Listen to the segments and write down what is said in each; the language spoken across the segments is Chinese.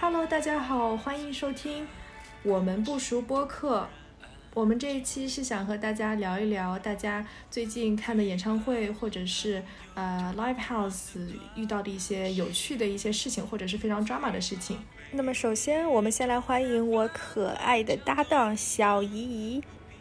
Hello， 大家好，欢迎收听我们不熟播客。我们这一期是想和大家聊一聊大家最近看的演唱会，或者是live house 遇到的一些有趣的一些事情，或者是非常 drama 的事情。那么首先我们先来欢迎我可爱的搭档小姨姨。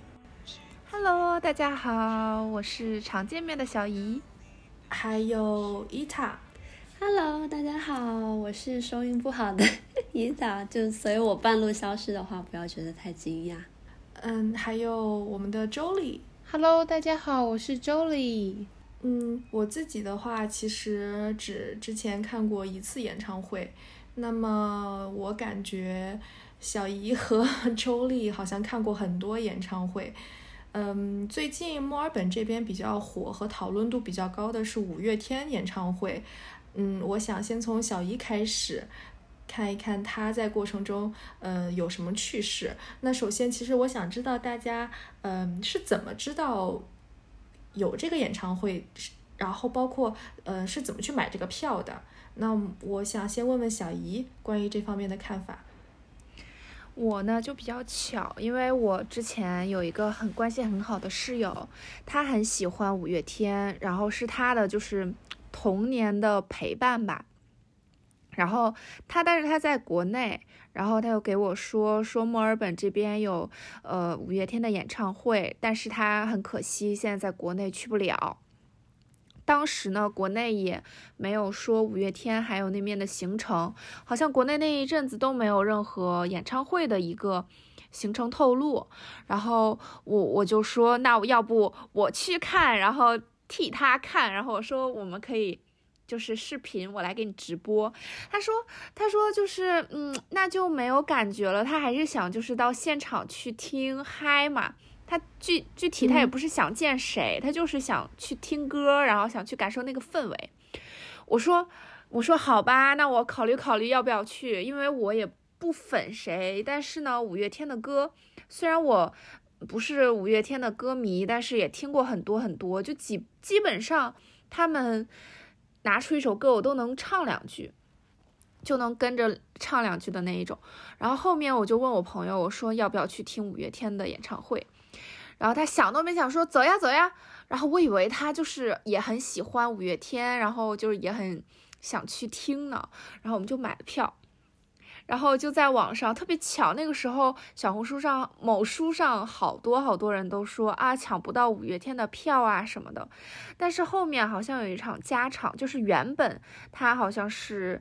Hello， 大家好，我是常见面的小姨。 还有伊塔。 Hello， 大家好，我是收音不好的伊塔，就所以我半路消失的话，不要觉得太惊讶。 还有我们的 Jolie。Hello， 大家好，我是 Jolie。 我自己的话，其实之前看过一次演唱会，那么我感觉小姨和 Jolie 好像看过很多演唱会。最近墨尔本这边比较火和讨论度比较高的是五月天演唱会。我想先从小姨开始看一看她在过程中有什么趣事。那首先其实我想知道大家是怎么知道有这个演唱会，然后包括是怎么去买这个票的。那我想先问问小姨关于这方面的看法。 我呢就比较巧，因为我之前有一个关系很好的室友，他很喜欢五月天，然后是他的就是童年的陪伴吧。然后但是他在国内，然后他又给我说墨尔本这边有五月天的演唱会，但是他很可惜现在在国内去不了。当时呢，国内也没有说五月天还有那边的行程，好像国内那一阵子都没有任何演唱会的一个行程透露。然后我就说，那要不我去看，然后替他看，然后我说我们可以就是视频，我来给你直播。他说就是那就没有感觉了，他还是想就是到现场去听嗨嘛。他具体他也不是想见谁，他就是想去听歌，然后想去感受那个氛围。我说好吧，那我考虑考虑要不要去，因为我也不粉谁，但是呢，五月天的歌虽然我不是五月天的歌迷，但是也听过很多很多，就基本上他们拿出一首歌我都能唱两句，就能跟着唱两句的那一种。然后后面我就问我朋友，我说要不要去听五月天的演唱会，然后他想都没想说走呀走呀。然后我以为他就是也很喜欢五月天，然后就是也很想去听呢，然后我们就买了票。然后就在网上特别巧，那个时候小红书上某书上好多人都说啊抢不到五月天的票啊什么的。但是后面好像有一场加场，就是原本他好像是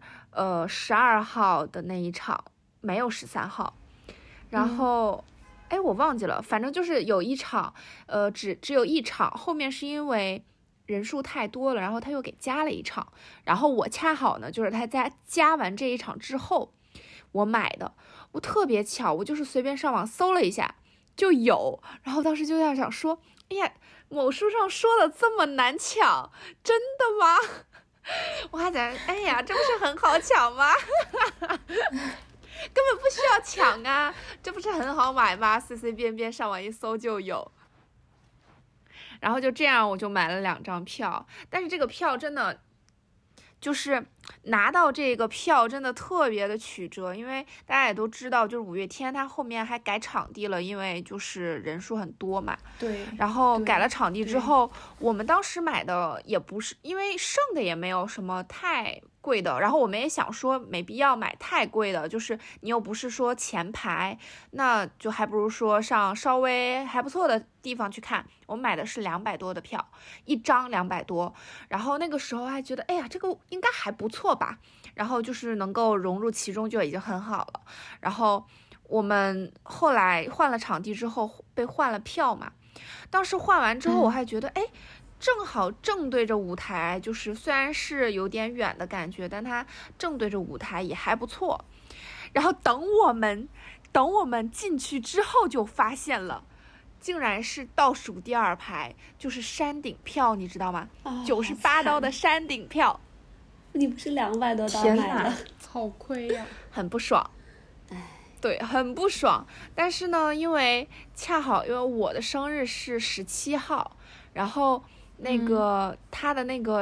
12号的那一场，没有13号。然后我忘记了，反正就是有一场只有一场，后面是因为人数太多了，然后他又给加了一场。然后我恰好呢就是他加完这一场之后我买的。我特别巧，我就是随便上网搜了一下就有，然后当时就在想说，哎呀，某书上说的这么难抢，真的吗？我还在哎呀，这不是很好抢吗？根本不需要抢啊，这不是很好买吗？随随便便上网一搜就有。然后就这样我就买了2张票，但是这个票真的就是拿到这个票真的特别的曲折，因为大家也都知道，就是五月天他后面还改场地了，因为就是人数很多嘛。 对。 然后改了场地之后，我们当时买的也不是，因为剩的也没有什么太贵的，然后我们也想说没必要买太贵的，就是你又不是说前排，那就还不如说上稍微还不错的地方去看。我们买的是200多的票，一张200多，然后那个时候还觉得哎呀这个应该还不错吧，然后就是能够融入其中就已经很好了。然后我们后来换了场地之后被换了票嘛，当时换完之后我还觉得正好正对着舞台，就是虽然是有点远的感觉，但它正对着舞台也还不错。然后等我们进去之后就发现了，竟然是倒数第2排，就是山顶票，你知道吗？98刀的山顶票。 你不是200多刀买的？ 好亏呀，很不爽。对，很不爽。但是呢，因为恰好因为我的生日是17号，然后那个他的那个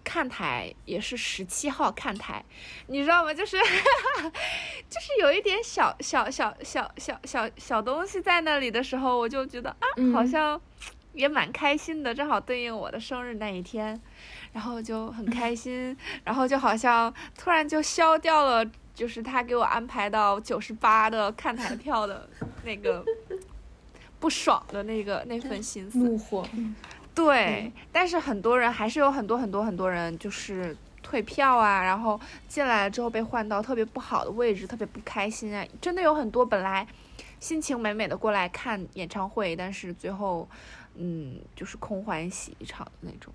看台也是17号看台，你知道吗？就是就是有一点小东西在那里的时候，我就觉得啊，好像也蛮开心的，正好对应我的生日那一天，然后就很开心，然后就好像突然就消掉了，就是他给我安排到98的看台票的那个不爽的那份心思怒火。 对，但是很多人还是有很多人就是退票啊，然后进来了之后被换到特别不好的位置，特别不开心啊。真的有很多本来心情美美的过来看演唱会，但是最后就是空欢喜一场的那种。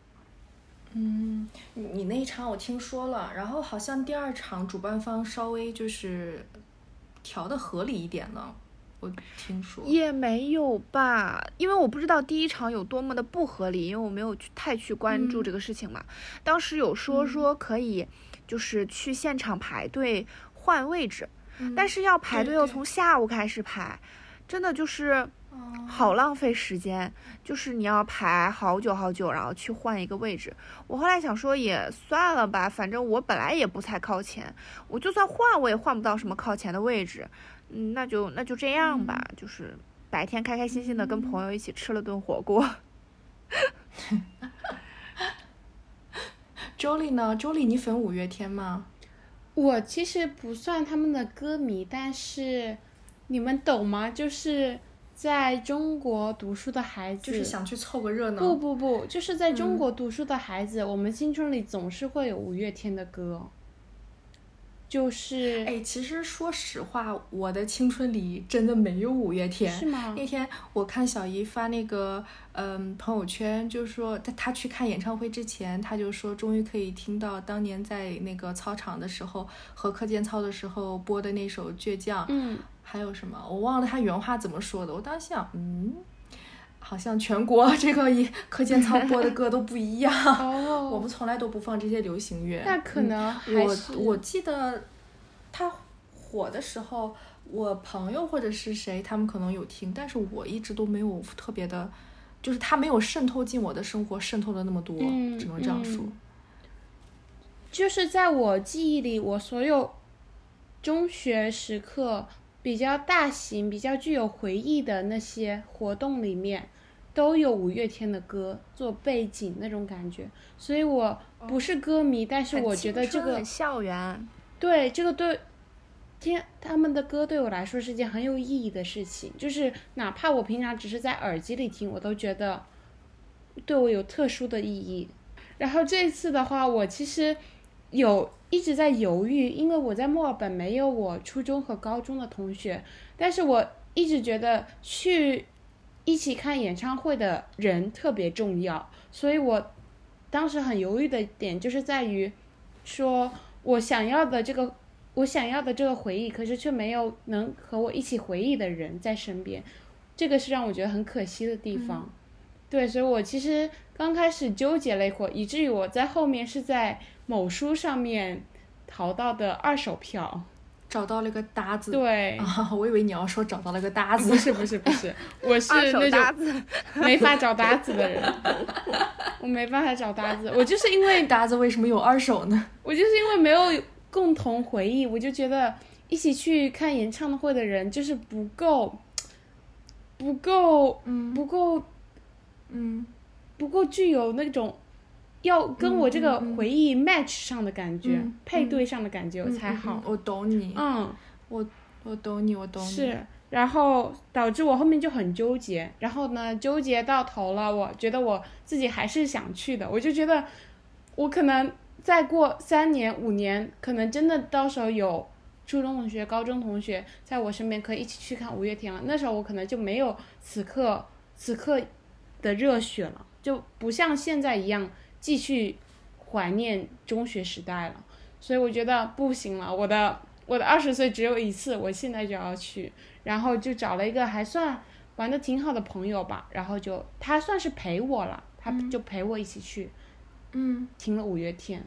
你那一场我听说了，然后好像第2场主办方稍微就是调的合理一点了，我听说。 也没有吧，因为我不知道第1场有多么的不合理，因为我没有太去关注这个事情嘛。当时有说可以就是去现场排队换位置，但是要排队又从下午开始排，真的就是好浪费时间，就是你要排好久然后去换一个位置。我后来想说也算了吧，反正我本来也不太靠前，我就算换我也换不到什么靠前的位置，那就这样吧，就是白天开开心心的跟朋友一起吃了顿火锅。 Jolie 呢？Jolie 你粉5月天吗？ 我其实不算他们的歌迷，但是你们懂吗？就是在中国读书的孩子， 就是想去凑个热闹。 不，就是在中国读书的孩子，我们青春里总是会有5月天的歌。就是其实说实话，我的青春里真的没有5月天。 是吗？ 那天我看小姨发那个朋友圈，就说他去看演唱会之前，他就说终于可以听到当年在那个操场的时候和课间操的时候播的那首《倔强》。还有什么我忘了他原话怎么说的。我当时想，好像全国这个课间操播的歌都不一样。我们从来都不放这些流行乐。 那可能还是我记得他火的时候，我朋友或者是谁他们可能有听，但是我一直都没有特别的，就是他没有渗透进我的生活，渗透的那么多，只能这样说。 就是在我记忆里，我所有中学时刻比较大型、比较具有回忆的那些活动里面，都有5月天的歌做背景那种感觉。所以我不是歌迷，但是我觉得这个很校园。 对，这个对他们的歌对我来说是件很有意义的事情，就是哪怕我平常只是在耳机里听，我都觉得对我有特殊的意义。然后这次的话，我其实一直在犹豫，因为我在墨尔本没有我初中和高中的同学，但是我一直觉得去一起看演唱会的人特别重要，所以我当时很犹豫的点就是在于说我想要的这个回忆，可是却没有能和我一起回忆的人在身边，这个是让我觉得很可惜的地方。对，所以我其实刚开始纠结了一会儿，以至于我在后面是在某书上面淘到的2手票， 找到了个搭子。 对我以为你要说找到了个搭子。 不是，我是那种没法找搭子的人。我没办法找搭子，我就是因为搭子为什么有2手呢？ 我就是因为没有共同回忆，我就觉得一起去看演唱会的人就是不够具有那种要跟我这个回忆 match 上的感觉，配对上的感觉我才好。 我懂你。我懂你。 是，然后导致我后面就很纠结，然后呢纠结到头了，我觉得我自己还是想去的，我就觉得我可能再过3年5年，可能真的到时候有初中同学高中同学在我身边可以一起去看5月天了，那时候我可能就没有此刻的热血了，就不像现在一样继续怀念中学时代了。所以我觉得不行了，我的20岁只有一次，我现在就要去，然后就找了一个还算玩得挺好的朋友吧，然后他算是陪我了，他就陪我一起去听了5月天。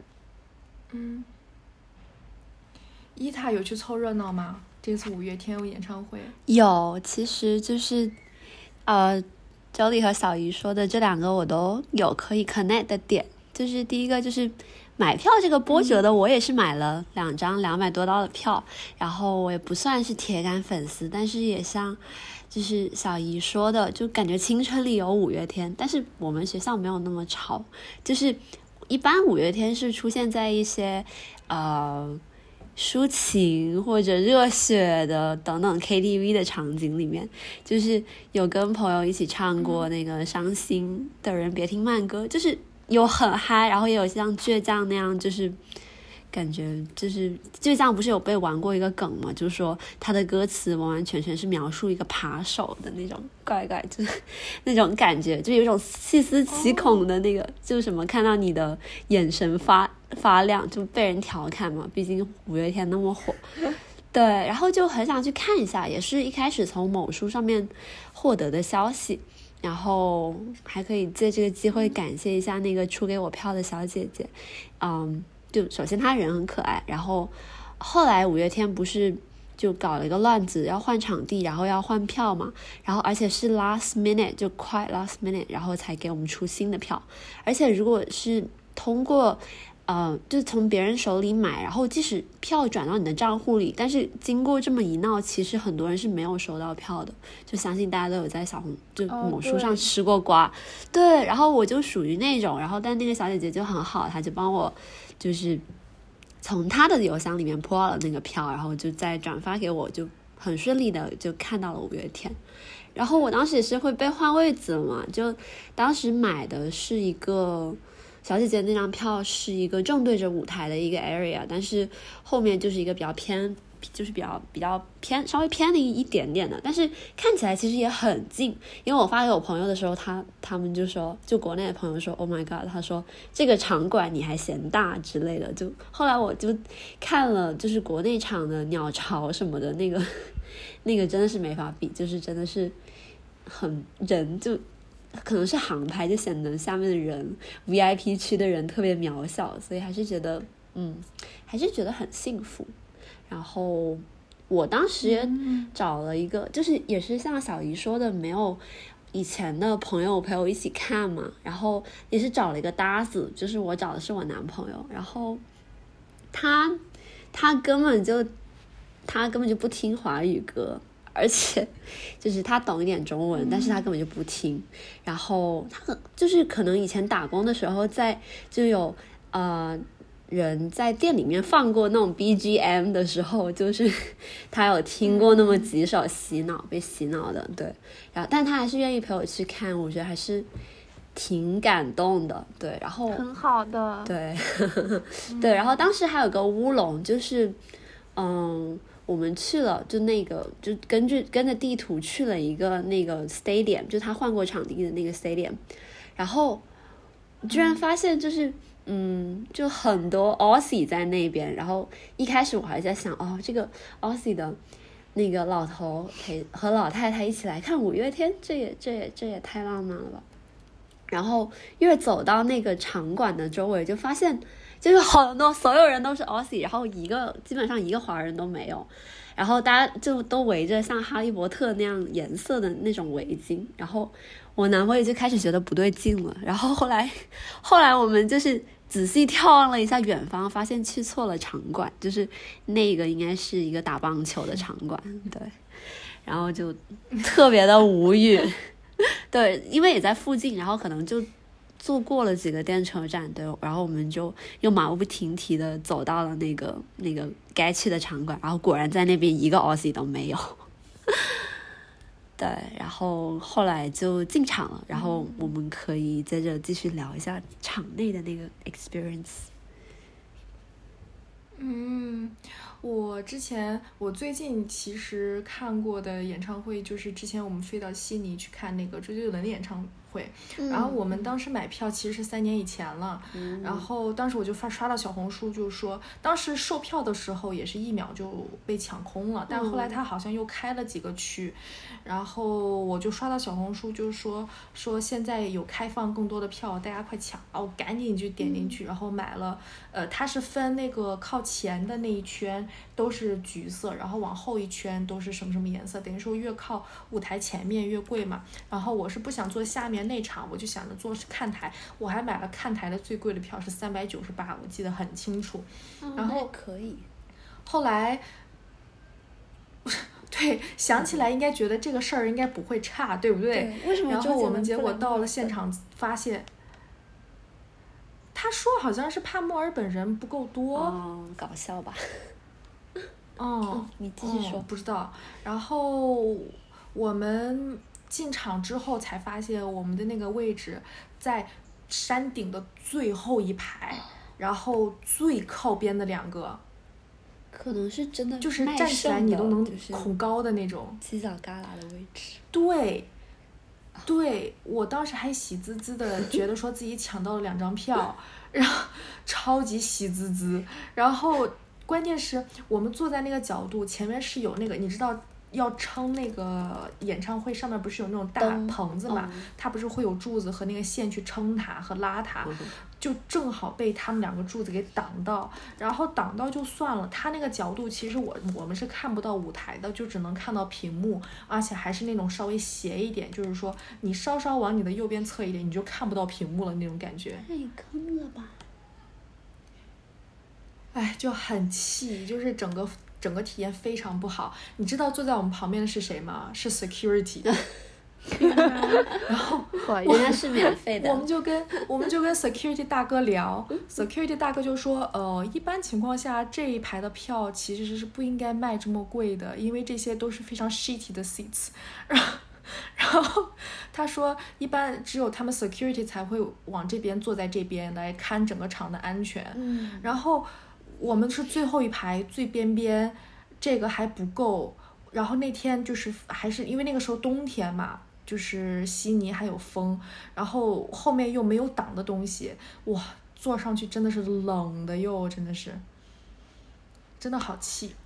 伊塔有去凑热闹吗？这次5月天有演唱会？ 有，其实就是Jolie 和小姨说的这2个我都有可以 connect 的点，就是第一个就是买票这个波折的，我也是买了2张200多刀的票，然后我也不算是铁杆粉丝，但是也像就是小姨说的，就感觉青春里有五月天，但是我们学校没有那么潮，就是一般五月天是出现在一些抒情或者热血的等等 KTV 的场景里面，就是有跟朋友一起唱过那个伤心的人别听慢歌，就是有很嗨，然后也有像倔强那样，就是感觉就是倔强不是有被玩过一个梗嘛，就是说他的歌词完完全全是描述一个扒手的那种怪怪，就是那种感觉，就有一种细思极恐的那个，就是什么看到你的眼神发亮，就被人调侃嘛，毕竟五月天那么火。对，然后就很想去看一下，也是一开始从某书上面获得的消息，然后还可以借这个机会感谢一下那个出给我票的小姐姐。就首先她人很可爱，然后后来五月天不是就搞了一个乱子，要换场地，然后要换票嘛，然后而且是 last minute， 就快 last minute， 然后才给我们出新的票，而且如果是通过就是从别人手里买，然后即使票转到你的账户里，但是经过这么一闹，其实很多人是没有收到票的，就相信大家都有在就某书上吃过瓜。对，然后我就属于那种，然后但那个小姐姐就很好，她就帮我就是从她的邮箱里面拨了那个票，然后就再转发给我，就很顺利的就看到了五月天。然后我当时也是会被换位子嘛，就当时买的是一个小姐姐那张票是一个正对着舞台的一个 area， 但是后面就是一个比较偏，就是比较偏稍微偏了一点点的，但是看起来其实也很近。因为我发给我朋友的时候，他们就说，就国内的朋友说 Oh my god， 他说这个场馆你还嫌大之类的。就后来我就看了就是国内场的鸟巢什么的，那个真的是没法比，就是真的是很人就可能是航拍，就显得下面的人 VIP 区的人特别渺小，所以还是觉得很幸福。然后我当时也找了一个，就是也是像小姨说的，没有以前的朋友陪我一起看嘛，然后也是找了一个搭子，就是我找的是我男朋友，然后他根本就不听华语歌，而且就是他懂一点中文，但是他根本就不听。然后他就是可能以前打工的时候就有人在店里面放过那种 BGM 的时候，就是他有听过那么几首被洗脑的，对。然后但他还是愿意陪我去看，我觉得还是挺感动的，对。然后很好的， 对对。然后当时还有个乌龙，就是我们去了，就跟着地图去了一个那个 stadium， 就他换过场地的那个 stadium， 然后居然发现就是就很多 Aussie 在那边。然后一开始我还在想，这个 Aussie 的那个老头和老太太一起来看五月天，这也太浪漫了吧。然后越走到那个场馆的周围，就发现就是很多所有人都是 Aussie， 然后基本上一个华人都没有，然后大家就都围着像哈利波特那样颜色的那种围巾。然后我男朋友就开始觉得不对劲了，然后后来我们就是仔细眺望了一下远方，发现去错了场馆，就是那个应该是一个打棒球的场馆，对。然后就特别的无语对，因为也在附近，然后可能就坐过了几个电车站，对，然后我们就又马不停蹄的走到了那个该去的场馆，然后果然在那边一个 Aussie 都没有对，然后后来就进场了，然后我们可以接着继续聊一下场内的那个 experience。 我最近其实看过的演唱会，就是之前我们飞到悉尼去看那个周杰伦的演唱会，然后我们当时买票其实是3年以前了，然后当时我就刷到小红书，就是说当时售票的时候也是1秒就被抢空了，但后来他好像又开了几个区，然后我就刷到小红书，就是说现在有开放更多的票，大家快抢我赶紧就点进去，然后买了，它是分那个靠前的那一圈， 都是橘色，然后往后一圈都是什么什么颜色，等于说越靠舞台前面越贵嘛。然后我是不想坐下面那场，我就想着坐是看台，我还买了看台的最贵的票是398，我记得很清楚。然后可以。 后来。对，想起来应该觉得这个事儿应该不会差，对不对？ 对，为什么？ 然后我们结果到了现场发现，他说好像是怕墨尔本人不够多。 哦，搞笑吧？你继续说。 不知道。然后我们进场之后才发现，我们的那个位置在山顶的最后一排，然后最靠边的2个。 可能是真的， 就是站起来你都能恐高的那种犄角旮旯的位置。 对，对，我当时还喜滋滋的觉得说自己抢到了2张票，然后超级喜滋滋。然后关键是我们坐在那个角度，前面是有那个你知道要撑那个演唱会上面不是有那种大棚子嘛，它不是会有柱子和那个线去撑它和拉它，就正好被他们2个柱子给挡到，然后挡到就算了，它那个角度其实我们是看不到舞台的，就只能看到屏幕，而且还是那种稍微斜一点，就是说你稍稍往你的右边侧一点，你就看不到屏幕了那种感觉。 太坑了吧！ 哎，就很气，就是整个体验非常不好。你知道坐在我们旁边的是谁吗？是 security。然后人家是免费的。 我们就跟 security 大哥聊，security 大哥就说，一般情况下这一排的票其实是不应该卖这么贵的，因为这些都是非常 shitty 的 seats。然后他说，一般只有他们 security 才会往这边坐在这边来看整个场的安全。然后我们是最后一排最边边，这个还不够。然后那天就是还是因为那个时候冬天嘛，就是悉尼还有风，然后后面又没有挡的东西，哇，坐上去真的是冷的哟，真的是，真的好气，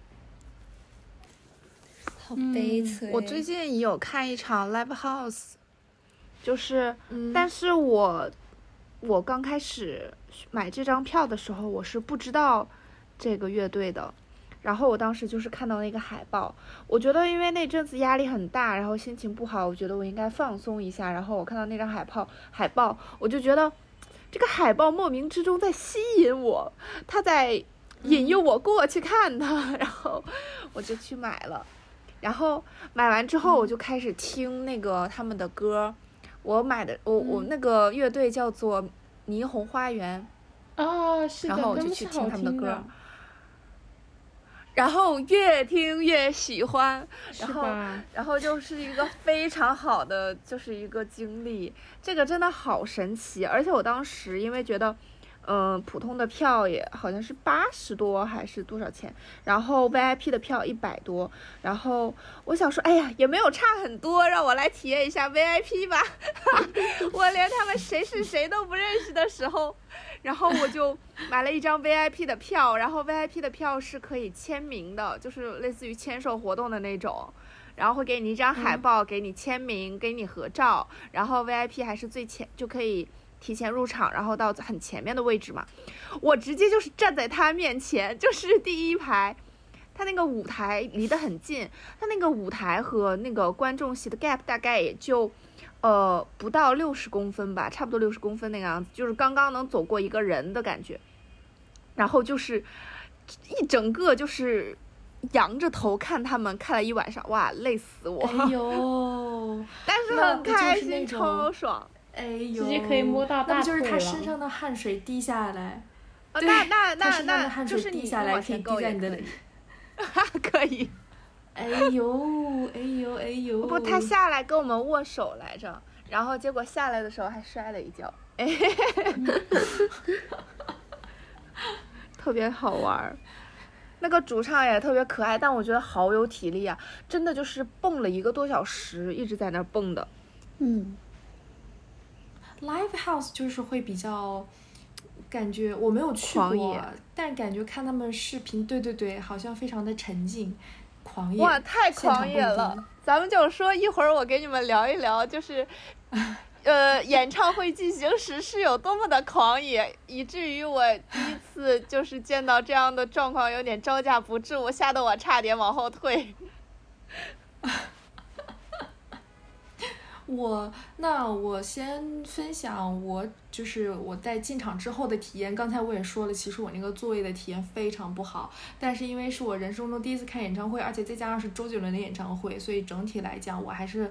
好悲催。 我最近也有看一场 live house， 就是，但是我刚开始买这张票的时候，我是不知道这个乐队的。然后我当时就是看到那个海报，我觉得因为那阵子压力很大，然后心情不好，我觉得我应该放松一下。然后我看到那张海报，我就觉得这个海报莫名之中在吸引我，它在引诱我过去看它，然后我就去买了。然后买完之后，我就开始听那个他们的歌。我买的我那个乐队叫做霓虹花园。 是的， 然后我就去听他们的歌。然后越听越喜欢，然后就是一个非常好的就是一个经历，这个真的好神奇。而且我当时因为觉得普通的票也好像是80多还是多少钱，然后 VIP 的票100多，然后我想说，哎呀，也没有差很多，让我来体验一下 VIP 吧。我连他们谁是谁都不认识的时候，然后我就买了一张 VIP 的票，然后 VIP 的票是可以签名的，就是类似于签售活动的那种，然后会给你一张海报，给你签名，给你合照，然后 VIP 还是最前，就可以提前入场，然后到很前面的位置嘛。我直接就是站在他面前，就是第一排，他那个舞台离得很近，他那个舞台和那个观众席的 gap 大概也就不到60公分吧，差不多60公分那个样子，就是刚刚能走过一个人的感觉。然后就是一整个就是仰着头看他们，看了一晚上，哇，累死我！ 哎呦， 但是很开心，超爽。 哎呦， 直接可以摸到大腿了。 那就是他身上的汗水滴下来。 那他身上的汗水滴下来，可以滴在你的里。 可以。 哎呦，哎呦，哎呦！ 不，他下来跟我们握手来着，然后结果下来的时候还摔了一跤，特别好玩。那个主唱也特别可爱，但我觉得好有体力啊，真的就是蹦了1个多小时，一直在那儿蹦的。 Live house 就是会比较，感觉我没有去过，但感觉看他们视频，对，好像非常的沉静。狂野， 哇，太狂野了！咱们就说一会儿我给你们聊一聊，就是演唱会进行时是有多么的狂野，以至于我第一次就是见到这样的状况，有点招架不住，吓得我差点往后退。 我先分享就是我在进场之后的体验。刚才我也说了，其实我那个座位的体验非常不好，但是因为是我人生中第一次看演唱会，而且再加上是周杰伦的演唱会，所以整体来讲我还是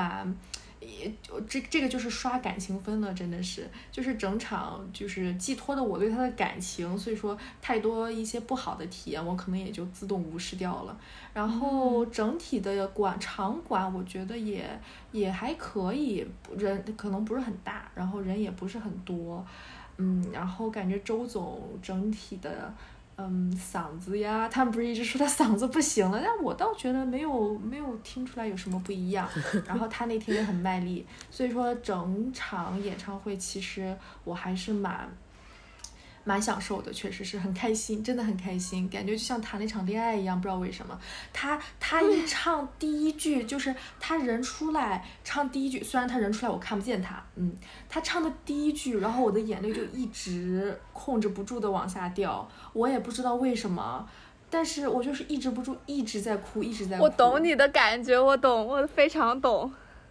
这个就是刷感情分了，真的是就是整场就是寄托的我对他的感情，所以说太多一些不好的体验我可能也就自动无视掉了。然后整体的场馆我觉得也还可以，人可能不是很大，然后人也不是很多，然后感觉周总整体的嗓子呀，他们不是一直说他嗓子不行了，但我倒觉得没有听出来有什么不一样。然后他那天也很卖力，所以说整场演唱会其实我还是蛮享受的，确实是很开心，真的很开心，感觉就像谈了一场恋爱一样，不知道为什么。他一唱第一句，就是他人出来唱第一句，虽然他人出来我看不见他，他唱的第一句，然后我的眼泪就一直控制不住的往下掉，我也不知道为什么，但是我就是抑制不住，一直在哭，一直在哭。 我懂你的感觉，我懂，我非常懂。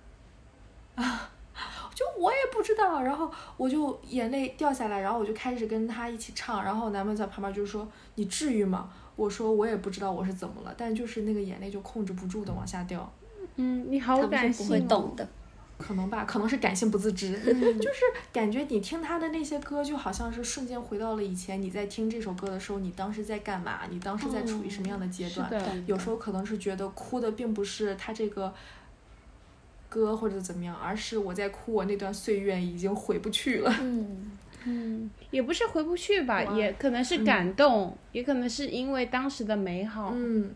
就我也不知道，然后我就眼泪掉下来，然后我就开始跟他一起唱，然后男朋友在旁边就说你至于吗？我说我也不知道我是怎么了，但就是那个眼泪就控制不住的往下掉。 你好感性。 他们是不会懂的。 可能吧，可能是感性不自知，就是感觉你听他的那些歌就好像是瞬间回到了以前，你在听这首歌的时候你当时在干嘛，你当时在处于什么样的阶段，有时候可能是觉得哭的并不是他这个歌或者怎么样，而是我在哭，我那段岁月已经回不去了。 也不是回不去吧，也可能是感动，也可能是因为当时的美好。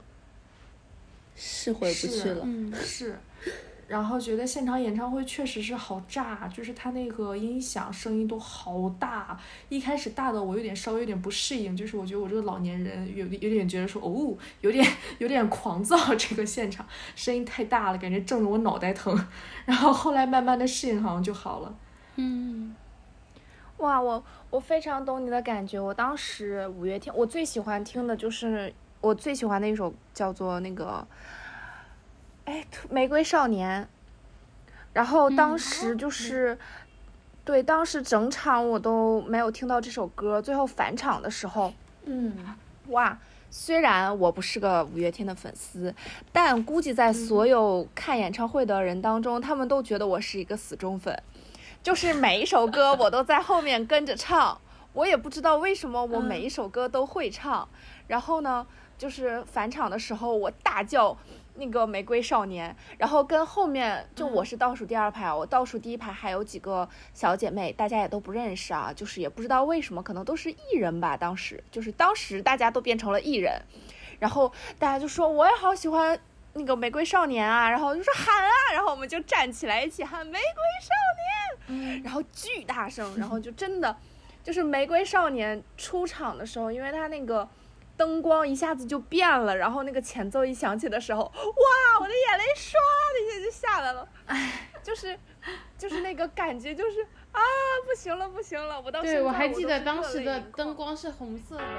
是回不去了。 是。然后觉得现场演唱会确实是好炸，就是他那个音响声音都好大，一开始大的我稍微有点不适应，就是我觉得我这个老年人有点觉得说有点狂躁，这个现场声音太大了，感觉震得我脑袋疼。然后后来慢慢的适应好像就好了。 哇，我非常懂你的感觉。我当时五月天，我最喜欢听的就是我最喜欢的一首叫做那个玫瑰少年。然后当时就是对，当时整场我都没有听到这首歌，最后返场的时候哇，虽然我不是个五月天的粉丝，但估计在所有看演唱会的人当中，他们都觉得我是一个死忠粉，就是每一首歌我都在后面跟着唱。我也不知道为什么我每一首歌都会唱。然后呢就是返场的时候我大叫那个玫瑰少年，然后跟后面就我是倒数第二排，我倒数第一排还有几个小姐妹，大家也都不认识啊，就是也不知道为什么，可能都是艺人吧，当时大家都变成了艺人，然后大家就说我也好喜欢那个玫瑰少年啊，然后就说喊啊，然后我们就站起来一起喊玫瑰少年，然后巨大声，然后就真的就是玫瑰少年出场的时候，因为他那个灯光一下子就变了，然后那个前奏一响起的时候，哇，我的眼泪唰的一下就下来了，就是那个感觉，就是啊，不行了，我到现在对，我还记得当时的灯光是红色的。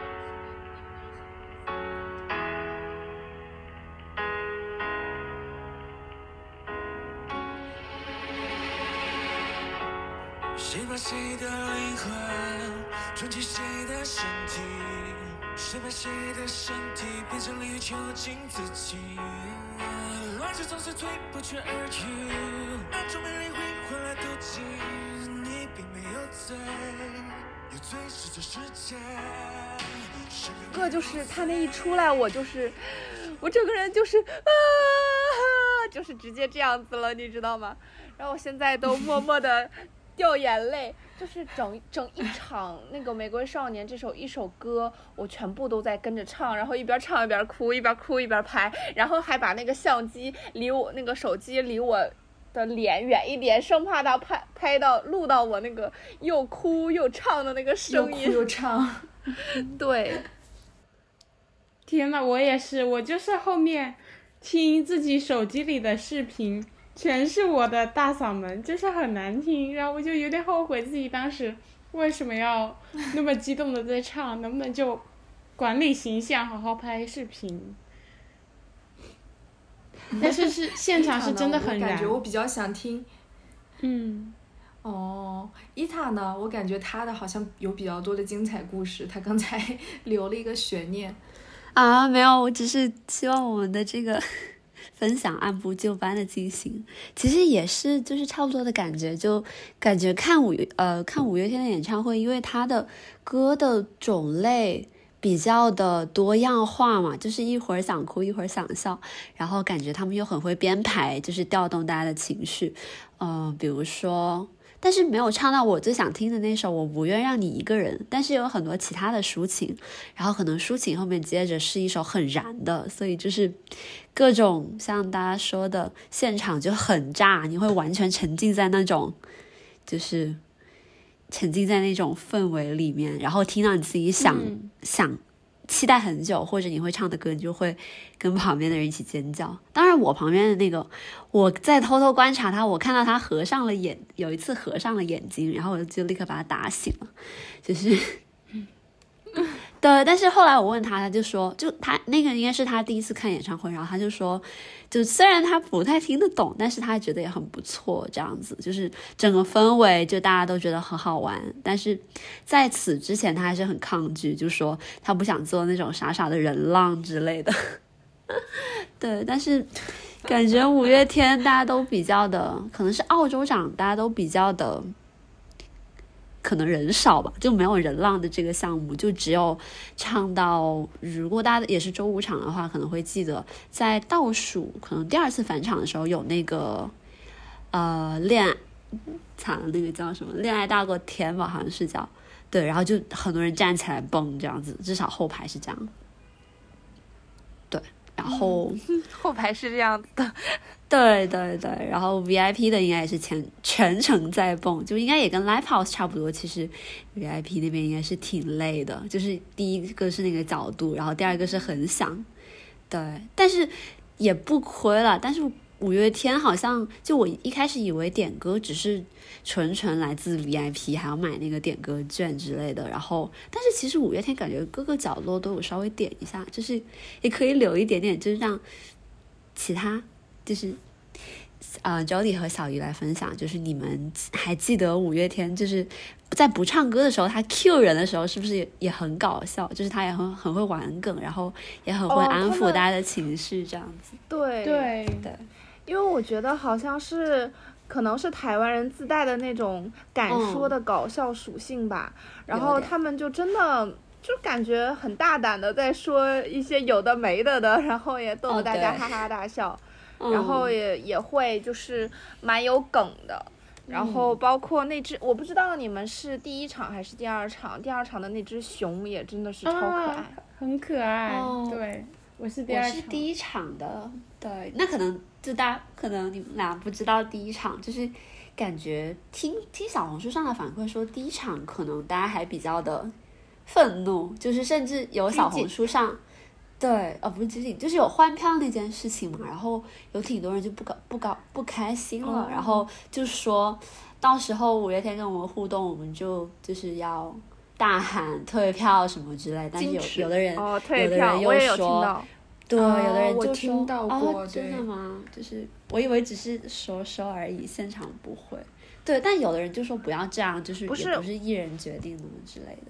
谁把谁的灵魂装进谁的身体，谁把谁的身体变成离囚禁自己，乱世总是推不去而去，那种美丽会换来妒忌，你并没有罪，有罪是这世界。 个就是他那一出来，我整个人就是就是直接这样子了，你知道吗？然后我现在都默默的掉眼泪，就是整一场那个《玫瑰少年》一首歌，我全部都在跟着唱，然后一边唱一边哭，一边哭一边拍，然后还把那个相机离我那个手机离我的脸远一点，生怕它录到我那个又哭又唱的那个声音， 又哭又唱。 对， 天哪，我也是，我就是后面听自己手机里的视频。全是我的大嗓门，就是很难听，然后我就有点后悔自己当时为什么要那么激动的在唱？能不能就管理形象，好好拍视频？但是现场是真的很燃。 我感觉我比较想听。伊塔呢？我感觉他的好像有比较多的精彩故事，他刚才留了一个悬念。 啊，没有，我只是希望我们的这个分享按部就班的进行。其实也是就是差不多的感觉，就感觉看五月天的演唱会，因为他的歌的种类比较的多样化嘛，就是一会儿想哭一会儿想笑，然后感觉他们又很会编排，就是调动大家的情绪。比如说但是没有唱到我最想听的那首我不愿让你一个人，但是有很多其他的抒情，然后可能抒情后面接着是一首很燃的，所以就是各种像大家说的现场就很炸，你会完全沉浸在那种就是沉浸在那种氛围里面，然后听到你自己想期待很久或者你会唱的歌，你就会跟旁边的人一起尖叫。当然我旁边的那个我在偷偷观察他，我看到他有一次合上了眼睛，然后我就立刻把他打醒了，就是对。但是后来我问他，他就说就他那个应该是他第一次看演唱会，然后他就说就虽然他不太听得懂，但是他觉得也很不错，这样子就是整个氛围就大家都觉得很好玩。但是在此之前他还是很抗拒，就说他不想做那种傻傻的人浪之类的对。但是感觉五月天大家都比较的，可能是澳洲长大家都比较的可能人少吧，就没有人浪的这个项目，就只有唱到如果大家也是周五场的话可能会记得在倒数可能第二次返场的时候有那个恋爱惨了，那个叫什么恋爱大过天吧，好像是叫对，然后就很多人站起来蹦这样子，至少后排是这样对，然后后排是这样子的对对对，然后 VIP 的应该也是全程在蹦，就应该也跟 Live House 差不多。其实 VIP 那边应该是挺累的，就是第一个是那个角度，然后第二个是很响，对，但是也不亏了。但是五月天好像就我一开始以为点歌只是纯来自 VIP， 还要买那个点歌券之类的，然后但是其实五月天感觉各个角落都有稍微点一下，就是也可以留一点点，就是让其他就是Jody 和小鱼来分享，就是你们还记得五月天就是在不唱歌的时候他 Q 人的时候是不是也很搞笑，就是他也很会玩梗，然后也很会安抚大家的情绪这样子。 对对， 因为我觉得好像是可能是台湾人自带的那种敢说的搞笑属性吧，然后他们就真的就感觉很大胆的在说一些有的没的，然后也逗得大家哈哈大笑，然后也会就是蛮有梗的。然后包括那只我不知道你们是第一场还是第二场，第二场的那只熊也真的是超可爱， 很可爱。对，我是第二场， 我是第一场的。对，那可能就大家可能你们俩不知道第一场，就是感觉听小红书上的反馈说第一场可能大家还比较的愤怒，就是甚至有小红书上对不是拘谨，就是有换票那件事情嘛，然后有挺多人就不开心了，然后就说到时候五月天跟我们互动，我们就是要大喊退票什么之类，但是有的人退票有的人又我也有听说到对，有的人就我说听到过真的吗？就是我以为只是说而已，现场不会。对，但有的人就说不要这样，就是也不是艺人决定的之类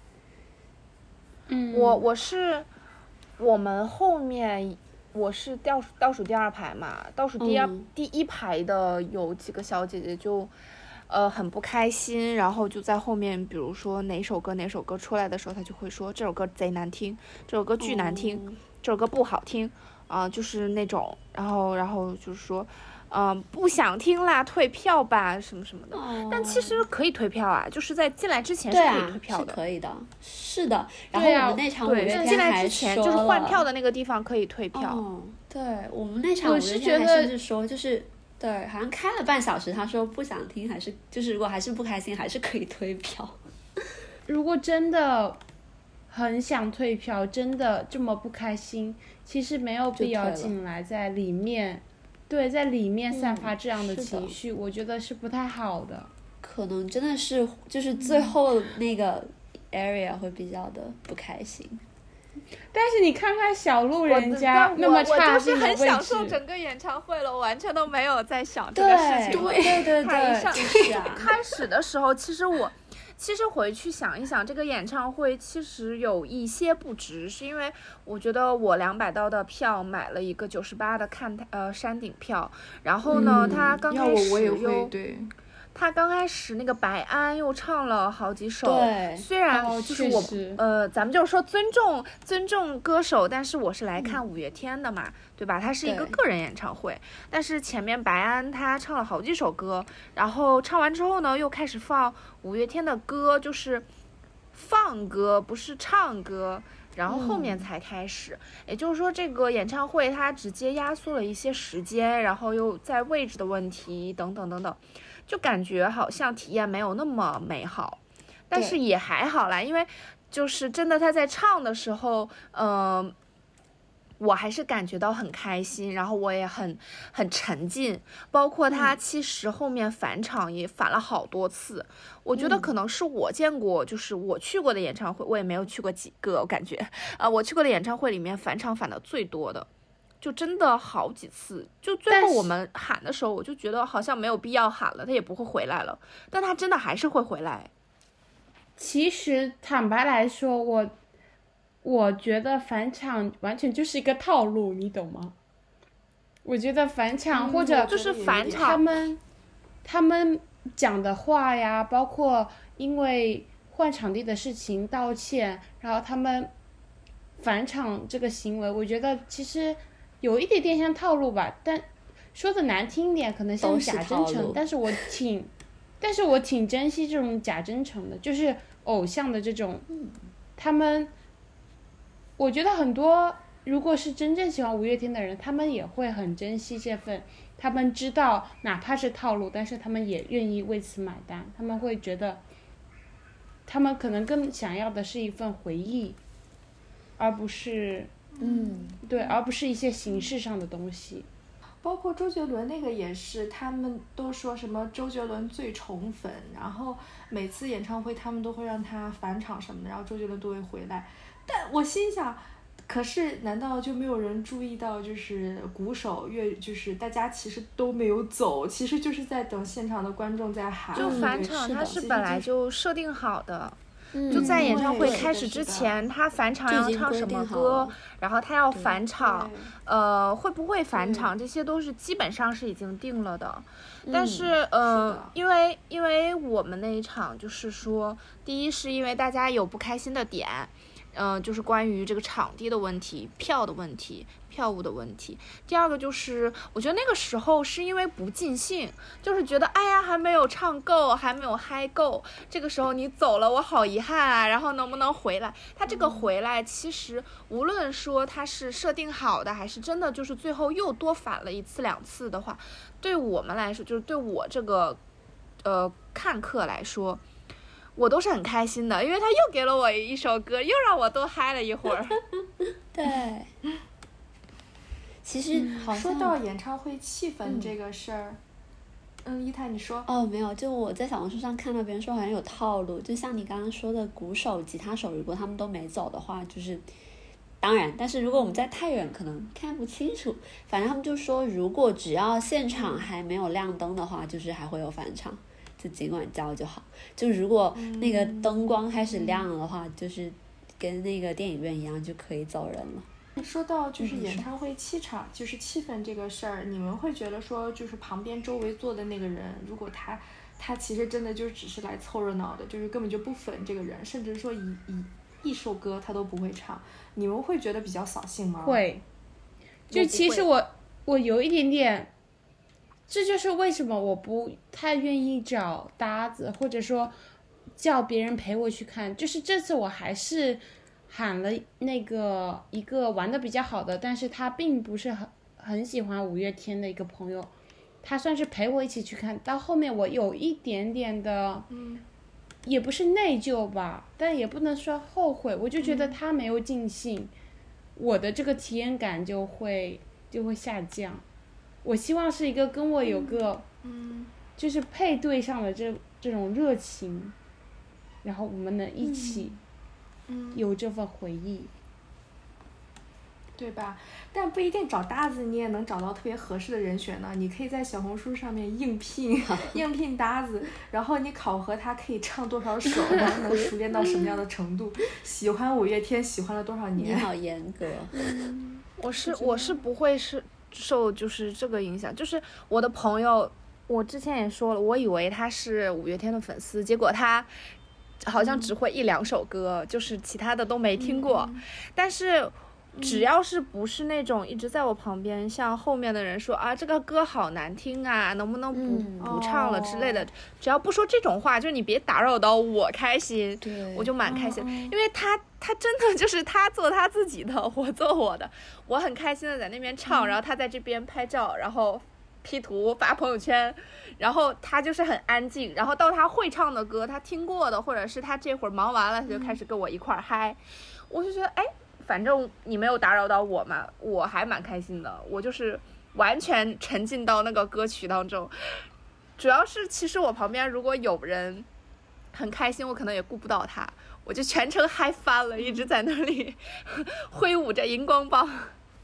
的。 我们后面我是倒数第二排嘛，倒数第一排的有几个小姐姐就很不开心，然后就在后面比如说哪首歌出来的时候，她就会说这首歌贼难听，这首歌巨难听，这首歌不好听就是那种，然后就是说不想听啦，退票吧什么什么的。但其实可以退票啊，就是在进来之前是可以退票的。 是可以的，是的。然后我们那场五月天进来之前就是换票的那个地方可以退票。 对，我们那场五月天还甚至说就是对，好像开了半小时，他说不想听还是就是如果还是不开心还是可以退票。 如果真的很想退票，真的这么不开心，其实没有必要进来在里面。对，在里面散发这样的情绪，我觉得是不太好的。 可能真的是就是最后那个 area 会比较的不开心。 但是你看看小鹿人家那么差劲的位置， 我就是很享受整个演唱会了，我完全都没有在想这个事情。 对，就是啊。 开始的时候，其实回去想一想，这个演唱会其实有一些不值，是因为我觉得我200刀的票买了一个98的山顶票，然后呢，他刚开始我也会对。 他刚开始那个白安又唱了好几首，虽然就是咱们就是说尊重歌手，但是我是来看五月天的嘛，对吧？他是一个个人演唱会，但是前面白安他唱了好几首歌，然后唱完之后呢，又开始放五月天的歌，就是放歌不是唱歌，然后后面才开始，也就是说这个演唱会它直接压缩了一些时间，然后又在位置的问题等等等等。就感觉好像体验没有那么美好，但是也还好啦，因为就是真的他在唱的时候，我还是感觉到很开心，然后我也很沉浸，包括他其实后面返场也返了好多次，我觉得可能是我见过，就是我去过的演唱会，我也没有去过几个，我感觉我去过的演唱会里面返场返的最多的。就真的好几次，就最后我们喊的时候，我就觉得好像没有必要喊了，他也不会回来了，但他真的还是会回来。 其实坦白来说，我觉得返场完全就是一个套路，你懂吗？我觉得返场或者就是返场， 他们讲的话呀，包括因为换场地的事情道歉，然后他们返场这个行为，我觉得其实有一点点像套路吧，但说的难听点，可能像假真诚，但是我挺珍惜这种假真诚的，就是偶像的这种，他们，我觉得很多如果是真正喜欢五月天的人，他们也会很珍惜这份，他们知道哪怕是套路，但是他们也愿意为此买单，他们会觉得，他们可能更想要的是一份回忆，而不是。对，而不是一些形式上的东西。 包括周杰伦那个也是，他们都说什么周杰伦最宠粉，然后每次演唱会他们都会让他返场什么的，然后周杰伦都会回来。但我心想，可是难道就没有人注意到，就是鼓手就是大家其实都没有走，其实就是在等现场的观众在喊。 就返场它是本来就设定好的。就在演唱会开始之前，他返场要唱什么歌，然后他要返场，会不会返场，这些都是基本上是已经定了的。但是因为我们那一场就是说，第一是因为大家有不开心的点，就是关于这个场地的问题、票的问题。票务的问题。第二个就是我觉得那个时候是因为不尽兴，就是觉得哎呀还没有唱够，还没有嗨够，这个时候你走了我好遗憾啊，然后能不能回来。他这个回来其实无论说他是设定好的还是真的就是最后又多返了1次2次的话，对我们来说，就是对我这个看客来说，我都是很开心的，因为他又给了我一首歌，又让我多嗨了一会儿。 对，其实好像说到演唱会气氛这个事儿，一泰你说。 哦，没有，就我在小红书上看到别人说好像有套路，就像你刚刚说的，鼓手、吉他手如果他们都没走的话，就是当然，但是如果我们在太远可能看不清楚，反正他们就说如果只要现场还没有亮灯的话，就是还会有返场，就尽管叫就好。就如果那个灯光开始亮了的话，就是跟那个电影院一样就可以走人了。 说到就是演唱会气场，就是气氛这个事儿，你们会觉得说，就是旁边周围坐的那个人，如果他其实真的就只是来凑热闹的，就是根本就不粉这个人，甚至说一首歌他都不会唱，你们会觉得比较扫兴吗？ 会，就其实我有一点点，这就是为什么我不太愿意找搭子，或者说叫别人陪我去看，就是这次我还是喊了那个一个玩的比较好的，但是他并不是很喜欢五月天的一个朋友，他算是陪我一起去看，到后面我有一点点的，也不是内疚吧，但也不能说后悔，我就觉得他没有尽兴，我的这个体验感就会下降。我希望是一个跟我有个，就是配对上的这种热情，然后我们能一起有这份回忆。 对吧？但不一定找搭子，你也能找到特别合适的人选呢。你可以在小红书上面应聘搭子，然后你考核他可以唱多少首，然后能熟练到什么样的程度，喜欢五月天喜欢了多少年。 你好严格。 我是不会受就是这个影响，就是我的朋友，我之前也说了，我以为他是五月天的粉丝，结果他好像只会1、2首歌，就是其他的都没听过，但是。只要是不是那种一直在我旁边，像后面的人说啊这个歌好难听啊，能不能不唱了之类的，只要不说这种话，就你别打扰到我开心，我就蛮开心，因为他真的就是他做他自己的，我做我的，我很开心的在那边唱，然后他在这边拍照，然后P 图发朋友圈，然后他就是很安静，然后到他会唱的歌，他听过的，或者是他这会儿忙完了，他就开始跟我一块儿嗨，我就觉得哎。反正你没有打扰到我嘛，我还蛮开心的，我就是完全沉浸到那个歌曲当中。主要是其实我旁边如果有人很开心，我可能也顾不到他，我就全程嗨翻了，一直在那里挥舞着荧光棒。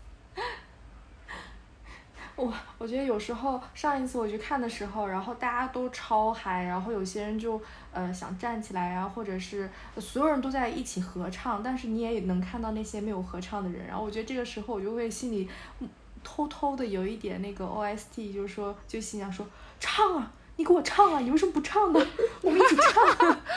我觉得有时候上一次我去看的时候，然后大家都超嗨，然后有些人就想站起来啊，或者是所有人都在一起合唱，但是你也能看到那些没有合唱的人，然后我觉得这个时候我就会心里偷偷的有一点那个 OST， 就是说就心想说唱啊，你给我唱啊，你为什么不唱呢？我们一起唱啊。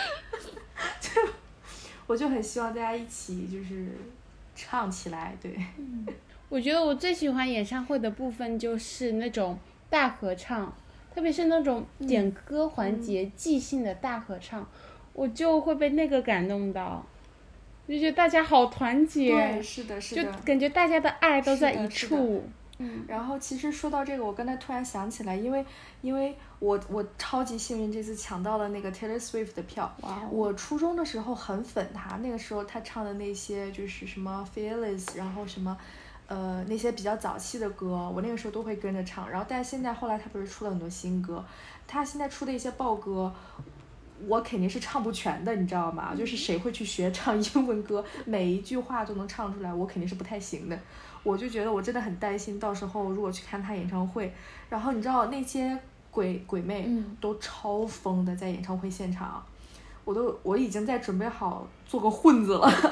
我就很希望大家一起就是唱起来，对。 我觉得我最喜欢演唱会的部分就是那种大合唱，特别是那种点歌环节即兴的大合唱，我就会被那个感动到，就觉得大家好团结， 对，是的， 就感觉大家的爱都在一处。 然后其实说到这个，我刚才突然想起来，因为我超级幸运，这次抢到了那个 Taylor Swift 的票。我初中的时候很粉她，那个时候她唱的那些就是什么 Fearless， 然后什么。那些比较早期的歌，我那个时候都会跟着唱。然后，但是现在后来他不是出了很多新歌，他现在出的一些爆歌，我肯定是唱不全的，你知道吗？就是谁会去学唱英文歌，每一句话都能唱出来，我肯定是不太行的。我就觉得我真的很担心，到时候如果去看他演唱会，然后你知道那些鬼妹都超疯的在演唱会现场，我已经在准备好做个混子了，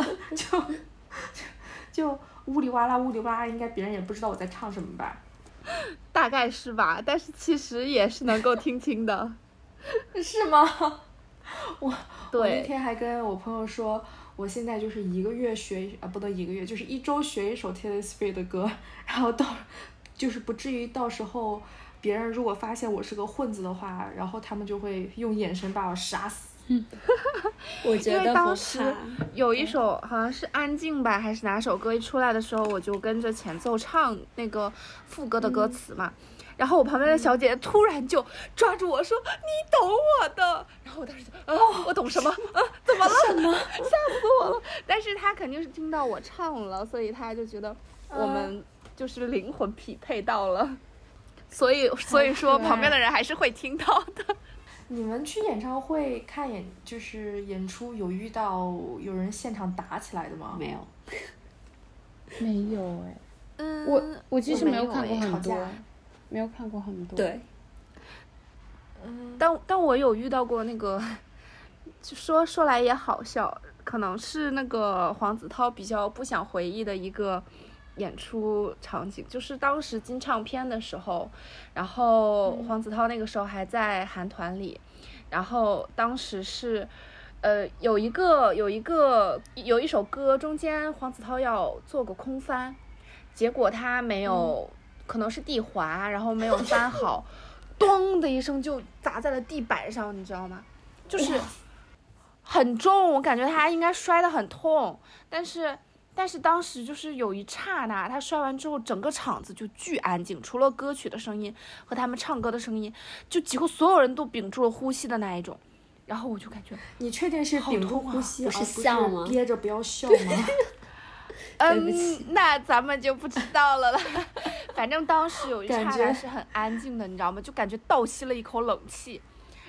就。呜里哇啦，应该别人也不知道我在唱什么吧？ 大概是吧，但是其实也是能够听清的。 是吗？我那天还跟我朋友说，我现在就是1个月学不能1个月，就是1周学一首 Taylor Swift 的歌，然后就是不至于到时候别人如果发现我是个混子的话，然后他们就会用眼神把我杀死。 我觉得因为当时有一首好像是安静吧还是哪首歌一出来的时候，我就跟着前奏唱那个副歌的歌词嘛，然后我旁边的小姐姐突然就抓住我说你懂我的，然后我当时就我懂什么怎么了什么吓死我了，但是她肯定是听到我唱了，所以她就觉得我们就是灵魂匹配到了，所以说旁边的人还是会听到的。 你们去演唱会看就是演出有遇到有人现场打起来的吗？ 没有， 没有哎。我其实没有看过很多，没有看过很多。 对。 但我有遇到过那个，说来也好笑，可能是那个黄子韬比较不想回忆的一个演出场景，就是当时金唱片的时候，然后黄子韬那个时候还在韩团里，然后当时是有一首歌中间黄子韬要做个空翻，结果他没有可能是地滑，然后没有翻好咚的一声就砸在了地板上，你知道吗？就是很重，我感觉他应该摔得很痛，但是当时就是有一刹那，他摔完之后，整个场子就巨安静，除了歌曲的声音和他们唱歌的声音，就几乎所有人都屏住了呼吸的那一种。然后我就感觉， 你确定是屏住呼吸， 不是笑吗？ 憋着不要笑吗？ 那咱们就不知道了啦。反正当时有一刹那是很安静的，你知道吗？就感觉倒吸了一口冷气。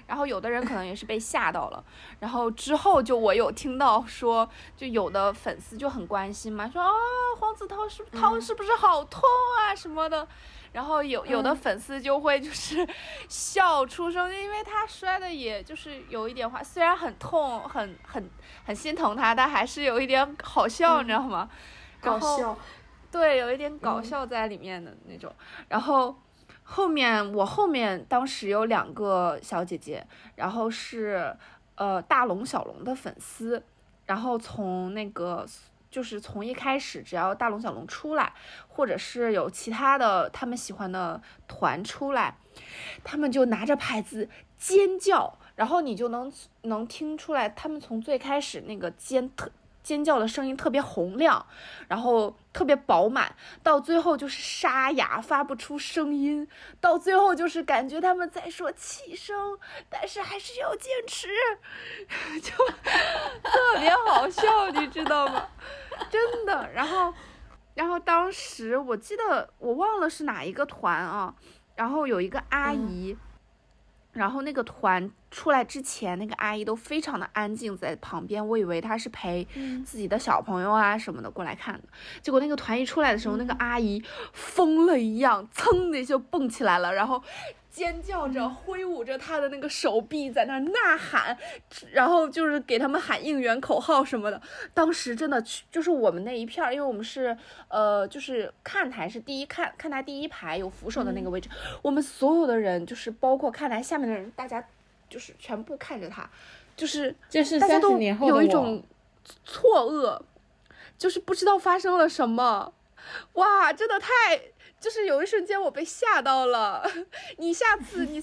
然后有的人可能也是被吓到了，然后之后就我有听到说，就有的粉丝就很关心嘛，说啊黄子韬是不是好痛啊什么的。然后有的粉丝就会就是笑出声，因为他摔的也就是有一点话，虽然很痛，很心疼他，但还是有一点好笑，你知道吗？ 搞笑， 对，有一点搞笑在里面的那种。然后后面当时有2个小姐姐，然后是大龙小龙的粉丝，然后从那个。就是从一开始，只要大龙小龙出来，或者是有其他的他们喜欢的团出来，他们就拿着牌子尖叫，然后你就能听出来，他们从最开始那个尖叫的声音特别洪亮，然后特别饱满，到最后就是沙哑发不出声音，到最后就是感觉他们在说气声，但是还是要坚持，就特别好笑，你知道吗？真的。然后当时我记得我忘了是哪一个团啊，然后有一个阿姨，然后那个团出来之前，那个阿姨都非常的安静在旁边，我以为她是陪自己的小朋友啊什么的过来看的，结果那个团一出来的时候，那个阿姨疯了一样，噌的就蹦起来了，然后尖叫着挥舞着她的那个手臂在那呐喊，然后就是给他们喊应援口号什么的。当时真的就是我们那一片，因为我们是就是看台是看台第一排有扶手的那个位置，我们所有的人就是包括看台下面的人，大家就是全部看着他，就是大家都有一种错愕，就是不知道发生了什么。哇，真的就是有一瞬间我被吓到了。你下次你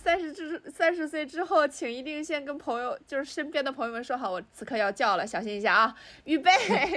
30岁之后，请一定先跟朋友，就是身边的朋友们说好，我此刻要叫了，小心一下啊，预备。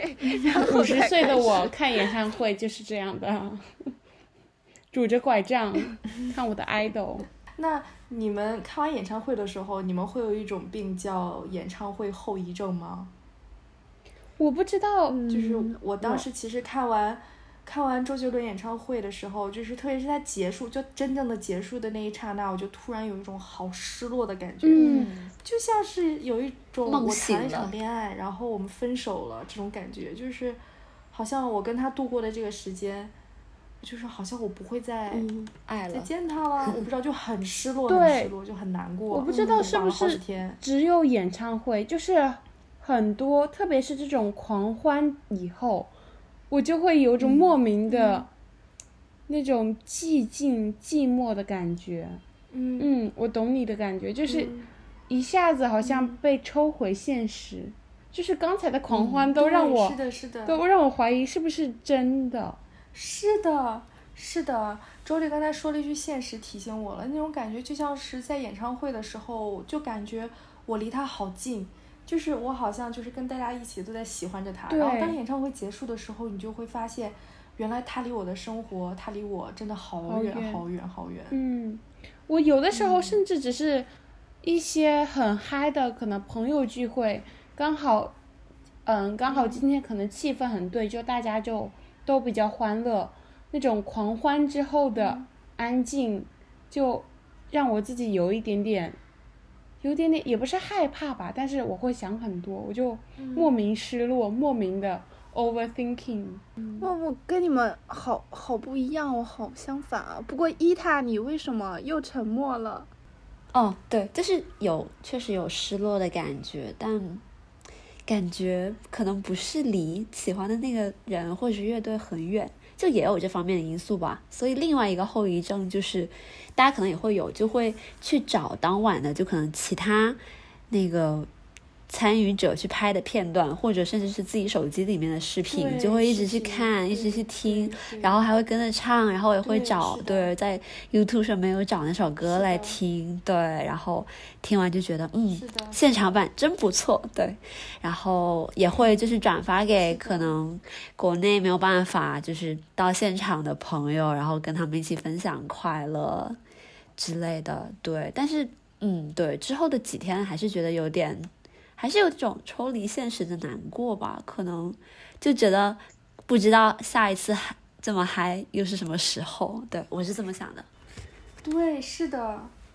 50岁的我看演唱会就是这样的，拄着拐杖看我的 idol。 那你们看完演唱会的时候，你们会有一种病叫演唱会后遗症吗？ 我不知道， 就是我当时其实看完周杰伦演唱会的时候，就是特别是他结束，就真正的结束的那一刹那，我就突然有一种好失落的感觉，就像是有一种我谈了一场恋爱，然后我们分手了这种感觉，就是好像我跟他度过的这个时间，就是好像我不会再见他了，我不知道，就很失落，很失落，就很难过。 我不知道是不是只有演唱会，就是很多，特别是这种狂欢以后，我就会有种莫名的那种寂静寂寞的感觉。我懂你的感觉，就是一下子好像被抽回现实，就是刚才的狂欢都让我都让我怀疑是不是真的。 是的，周丽刚才说了一句现实，提醒我了，那种感觉就像是在演唱会的时候，就感觉我离他好近，就是我好像就是跟大家一起都在喜欢着他，然后当演唱会结束的时候，你就会发现原来他离我的生活，他离我真的好远好远好远。 我有的时候甚至只是一些很嗨的可能朋友聚会，刚好今天可能气氛很对，就大家就都比较欢乐，那种狂欢之后的安静，就让我自己有一点点也不是害怕吧，但是我会想很多，我就莫名失落，莫名的 overthinking。 我跟你们好不一样，我好相反啊。不过伊塔，你为什么又沉默了？ 对，就是确实有失落的感觉，但感觉可能不是离喜欢的那个人或者是乐队很远，就也有这方面的因素吧。所以另外一个后遗症就是大家可能也会有，就会去找当晚的就可能其他那个参与者去拍的片段，或者甚至是自己手机里面的视频，就会一直去看，一直去听，然后还会跟着唱，然后也会找在 YouTube 上面有找那首歌来听，对，然后听完就觉得现场版真不错，对，然后也会就是转发给可能国内没有办法就是到现场的朋友，然后跟他们一起分享快乐之类的，对，但是对，之后的几天还是觉得还是有这种抽离现实的难过吧，可能就觉得不知道下一次这么嗨又是什么时候，对，我是这么想的。 对，是的，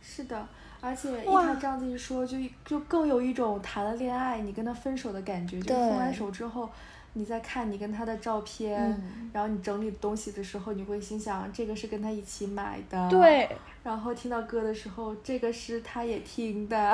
是的，而且依他这样子一说，就更有一种谈了恋爱你跟他分手的感觉，就是分完手之后。你在看你跟他的照片，然后你整理东西的时候，你会心想这个是跟他一起买的， 对。 然后听到歌的时候，这个是他也听的，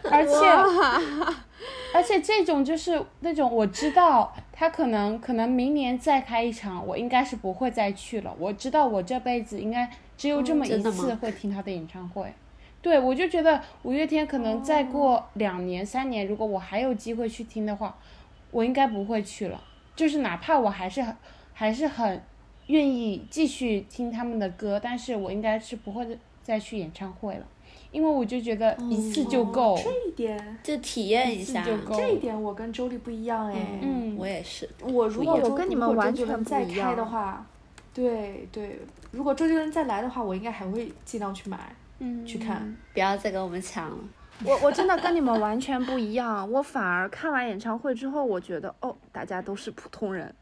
而且这种就是那种我知道他可能明年再开一场，我应该是不会再去了。我知道我这辈子应该只有这么一次会听他的演唱会。对，我就觉得五月天可能再过2年3年，如果我还有机会去听的话，我应该不会去了。就是哪怕我还是很愿意继续听他们的歌，但是我应该是不会再去演唱会了，因为我就觉得一次就够。 这一点就体验一下， 这一点我跟周丽不一样哎。 我也是。 如果我跟你们完全不一样。 再开的话，对，如果周杰伦再来的话，我应该还会尽量去买，去看。 不要再跟我们抢了。 我真的跟你们完全不一样，我反而看完演唱会之后，我觉得大家都是普通人，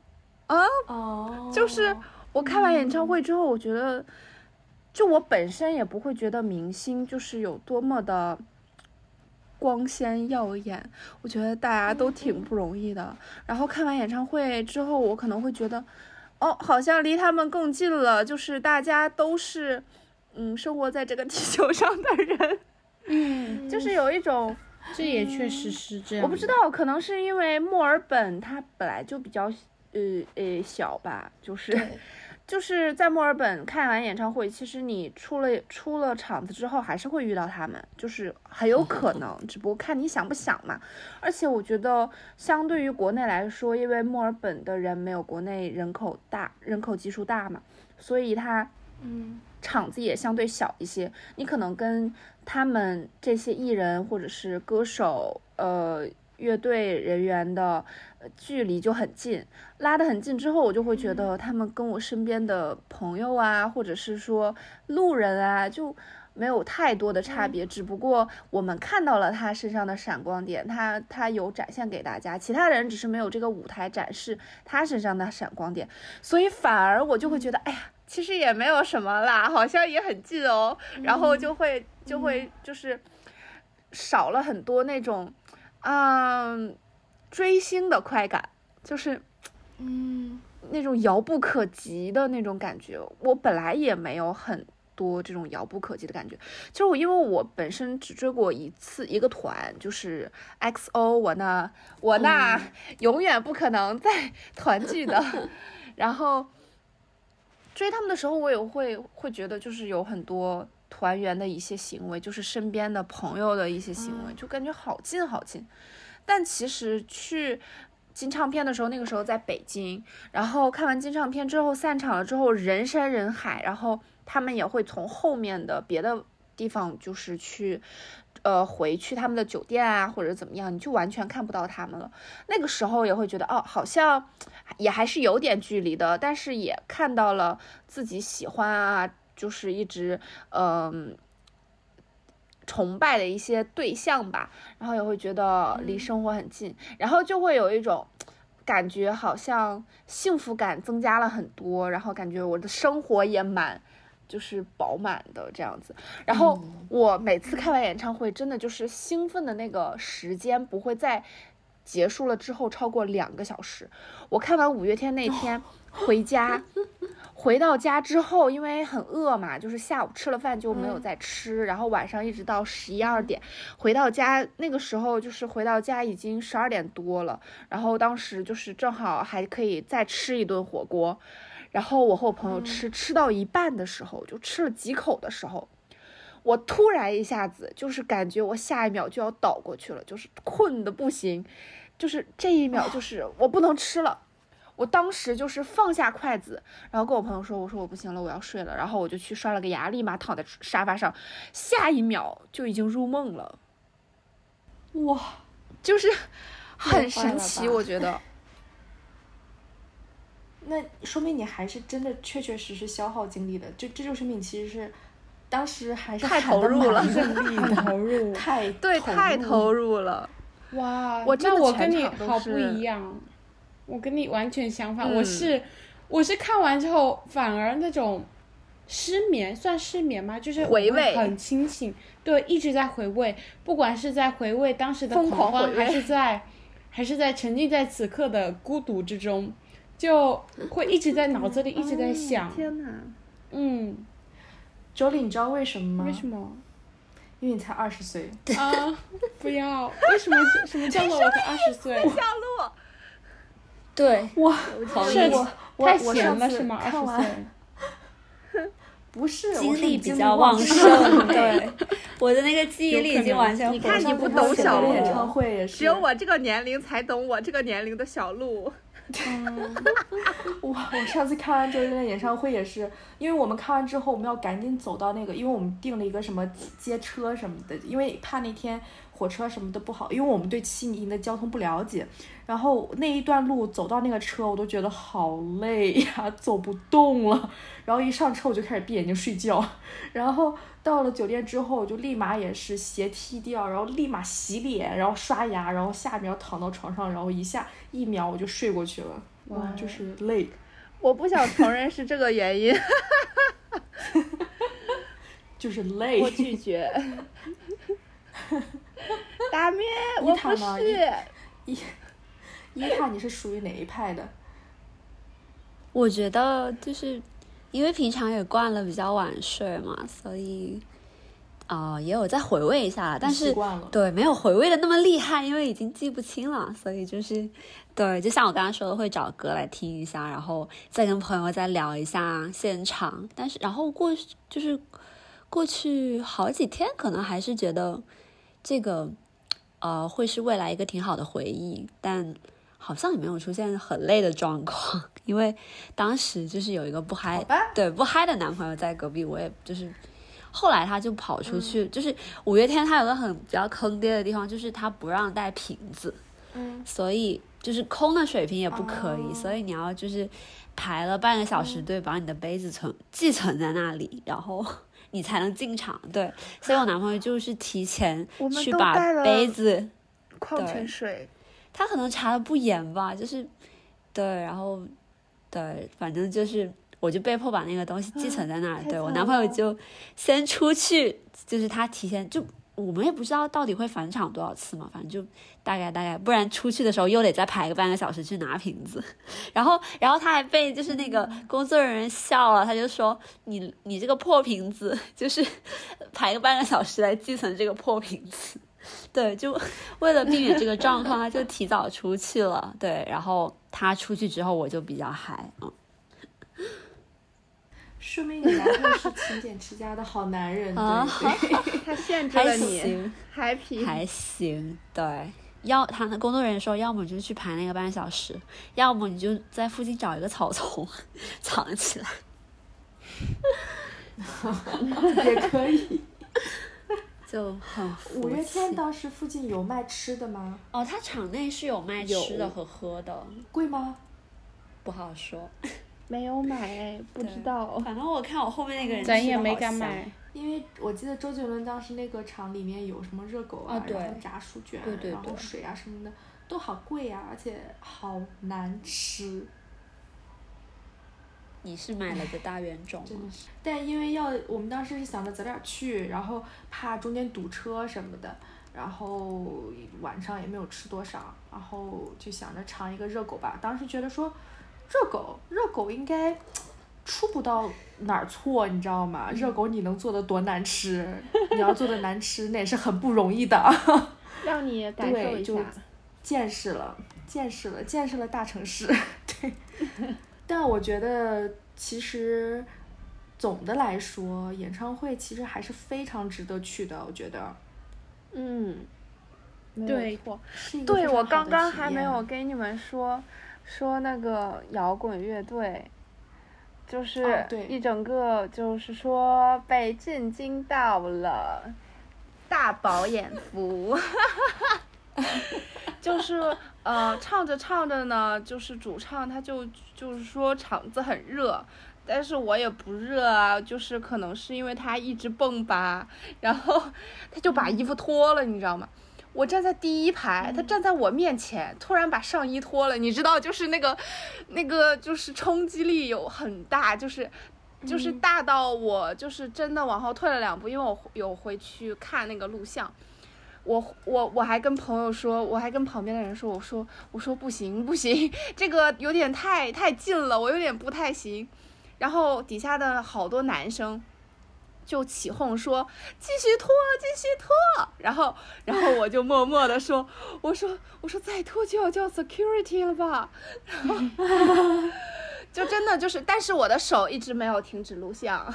就是我看完演唱会之后，我觉得，就我本身也不会觉得明星就是有多么的光鲜耀眼，我觉得大家都挺不容易的。然后看完演唱会之后，我可能会觉得，好像离他们更近了，就是大家都是，生活在这个地球上的人。就是有一种， 这也确实是这样。 我不知道，可能是因为墨尔本它本来就比较小吧，就是在墨尔本看完演唱会，其实你出了场子之后还是会遇到他们，就是很有可能，只不过看你想不想嘛。而且我觉得相对于国内来说，因为墨尔本的人没有国内人口基数大嘛，所以它场子也相对小一些，你可能跟他们这些艺人或者是歌手乐队人员的距离就很近，拉得很近之后，我就会觉得他们跟我身边的朋友啊，或者是说路人啊，就没有太多的差别，只不过我们看到了他身上的闪光点，他有展现给大家，其他人只是没有这个舞台展示他身上的闪光点，所以反而我就会觉得，哎呀，其实也没有什么啦，好像也很近哦，然后就会就是少了很多那种追星的快感，就是那种遥不可及的那种感觉。我本来也没有很多这种遥不可及的感觉，就是因为我本身只追过一个团，就是 XO， 我那永远不可能再团聚的然后追他们的时候，我也会觉得就是有很多团员的一些行为，就是身边的朋友的一些行为，就感觉好近好近。但其实去金唱片的时候，那个时候在北京，然后看完金唱片之后散场了之后，人山人海，然后他们也会从后面的别的地方就是去回去他们的酒店啊或者怎么样，你就完全看不到他们了。那个时候也会觉得好像也还是有点距离的，但是也看到了自己喜欢啊，就是一直崇拜的一些对象吧，然后也会觉得离生活很近，然后就会有一种感觉好像幸福感增加了很多，然后感觉我的生活也就是饱满的这样子。然后我每次看完演唱会，真的就是兴奋的那个时间不会在结束了之后超过2个小时。我看完五月天那天回到家之后，因为很饿嘛，就是下午吃了饭就没有再吃，然后晚上一直到11、12点回到家，那个时候就是回到家已经12点多了，然后当时就是正好还可以再吃一顿火锅，然后我和我朋友吃到一半的时候，就吃了几口的时候，我突然一下子就是感觉我下一秒就要倒过去了，就是困得不行，就是这一秒就是我不能吃了。我当时就是放下筷子，然后跟我朋友说，我说我不行了，我要睡了，然后我就去刷了个牙，立马躺在沙发上，下一秒就已经入梦了。 哇， 就是很神奇，我觉得。 那说明你还是真的确实消耗精力的，这就说明你其实是当时还是太投入了， 太投入了。 哇， 我真的我跟你好不一样，我跟你完全相反，我是看完之后反而那种失眠，算失眠吗？就是回味我会很清醒，对，一直在回味，不管是在回味当时的疯狂欢， 狂回味还是在沉浸在此刻的孤独之中，就会一直在脑子里一直在想。 天哪！ 周丽，你知道为什么吗？ 为什么？ 因为你才20岁。 啊！不要！为什么？什么叫做我才20岁？ 小鹿， 对， 我太我闲上次了是吗？20 看完岁。 不是精力比精较旺盛。 盛。对，我的那个记忆力已经完全你看你不回不懂小鹿演唱会也是， 只有我这个年龄才懂我这个年龄的小鹿。 我上次看完周杰伦演唱会也是，因为我们看完之后我们要赶紧走到那个，因为我们订了一个什么接车什么的，因为怕那天火车什么的不好，因为我们对西宁的交通不了解，然后那一段路走到那个车我都觉得好累呀，走不动了，然后一上车我就开始闭眼睛睡觉，然后到了酒店之后我就立马也是鞋踢掉，然后立马洗脸，然后刷牙，然后下面要躺到床上，然后一秒我就睡过去了。哇，就是累。 我不想承认是这个原因， 就是累。 我拒绝。大面，我不是。 伊塔，你是属于哪一派的？ 我觉得就是因为平常也惯了比较晚睡嘛，所以也有再回味一下，但是对没有回味的那么厉害，因为已经记不清了，所以就是对，就像我刚刚说的，会找歌来听一下，然后再跟朋友再聊一下现场，但是然后过去好几天，可能还是觉得这个会是未来一个挺好的回忆，但好像也没有出现很累的状况，因为当时就是有一个不嗨的男朋友在隔壁，我也就是后来他就跑出去，就是五月天他有个比较坑爹的地方，就是他不让带瓶子，所以就是空的水瓶也不可以，所以你要就是排了半个小时队，把你的杯子寄存在那里，然后你才能进场。对，所以我男朋友就是提前去把杯子矿泉水， 他可能查的不严吧，就是对，然后对，反正就是我就被迫把那个东西寄存在那儿，对，我男朋友就先出去，就是他提前就我们也不知道到底会返场多少次嘛，反正就大概，不然出去的时候又得再排个半个小时去拿瓶子，然后他还被就是那个工作人员笑了，他就说你这个破瓶子，就是排个半个小时来寄存这个破瓶子。对，就为了避免这个状况，他就提早出去了。对，然后他出去之后，我就比较嗨。 说明你男朋友是勤俭持家的好男人，对。 他限制了你， 还行，对。他的工作人员说，要么你就去排那个半个小时，要么你就在附近找一个草丛藏起来， 也可以。 就很五月天当时附近有卖吃的吗？ 他场内是有卖吃的和喝的。 贵吗？ 不好说， 没有买，不知道。 反正我看我后面那个人咱也没敢买， 因为我记得周杰伦当时那个场里面有什么热狗然后炸薯卷， 对， 然后水啊什么的都好贵啊，而且好难吃。 你是买了个大圆种吗？ 但因为我们当时是想着早点去，然后怕中间堵车什么的，然后晚上也没有吃多少，然后就想着尝一个热狗吧。当时觉得说热狗应该出不到哪儿错，你知道吗？热狗你能做的多难吃，你要做的难吃那也是很不容易的。 让你感受一下， 见识了大城市。对。但我觉得其实总的来说演唱会其实还是非常值得去的，我觉得对，对，我刚刚还没有跟你们说那个摇滚乐队，就是一整个就是说被震惊到了，大饱眼福。就是唱着呢，就是主唱他就是说场子很热，但是我也不热啊，就是可能是因为他一直蹦吧，然后他就把衣服脱了，你知道吗？我站在第一排，他站在我面前，突然把上衣脱了，你知道，就是那个就是冲击力有很大，就是就是大到我就是真的往后退了2步，因为我有回去看那个录像。我还跟朋友说，我还跟旁边的人说，我说不行，这个有点太近了，我有点不太行。然后底下的好多男生就起哄说继续拖，然后我就默默的说，我说再拖就要叫 security 了吧，然后就真的就是，但是我的手一直没有停止录像。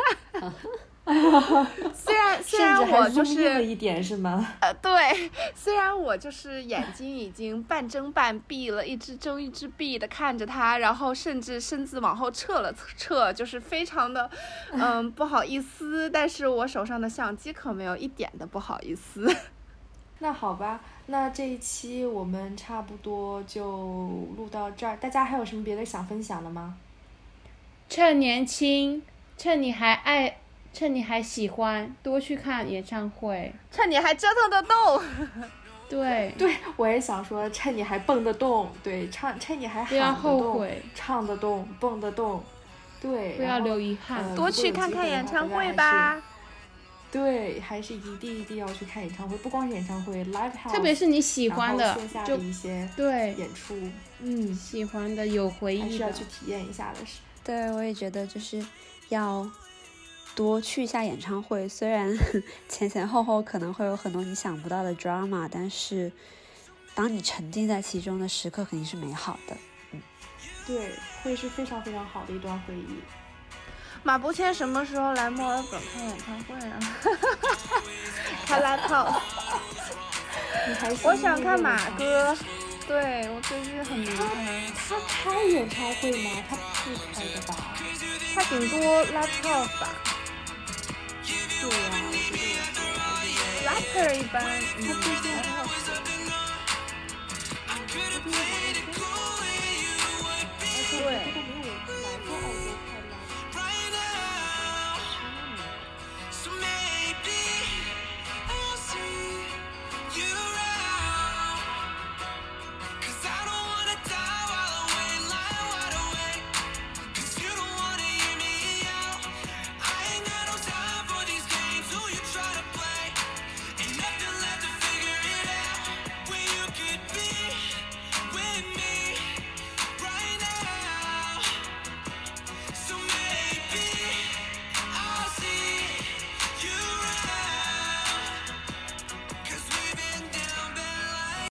虽然我就是了一点是吗？ 对，虽然我就是眼睛已经半睁半闭了，一只睁一只闭的看着他，然后甚至身子往后撤，就是非常的不好意思，但是我手上的相机可没有一点的不好意思。 那好吧，那这一期我们差不多就录到这儿，大家还有什么别的想分享的吗？ 趁年轻，趁你还喜欢，多去看演唱会， 趁你还折腾得动。 对， 我也想说，趁你还蹦得动，对，趁你还喊得动， 不要后悔， 唱得动，蹦得动，对， 不要留遗憾， 多去看看演唱会吧。 对，还是一定要去看演唱会，不光是演唱会 ，live house， 特别是你喜欢的， 线下的一些演出， 喜欢的有回忆的， 还是要去体验一下的。 对，我也觉得就是要多去一下演唱会，虽然前后可能会有很多你想不到的 drama， 但是当你沉浸在其中的时刻肯定是美好的。 对，会是非常非常好的一段回忆。 马伯骞什么时候来墨尔本开演唱会啊？开 live house。我想看马哥，对，我最近很迷他。 他开演唱会吗？他不开的吧？ 他顶多 live house 吧。 对呀，我觉得也是。 rapper 一般， 他最近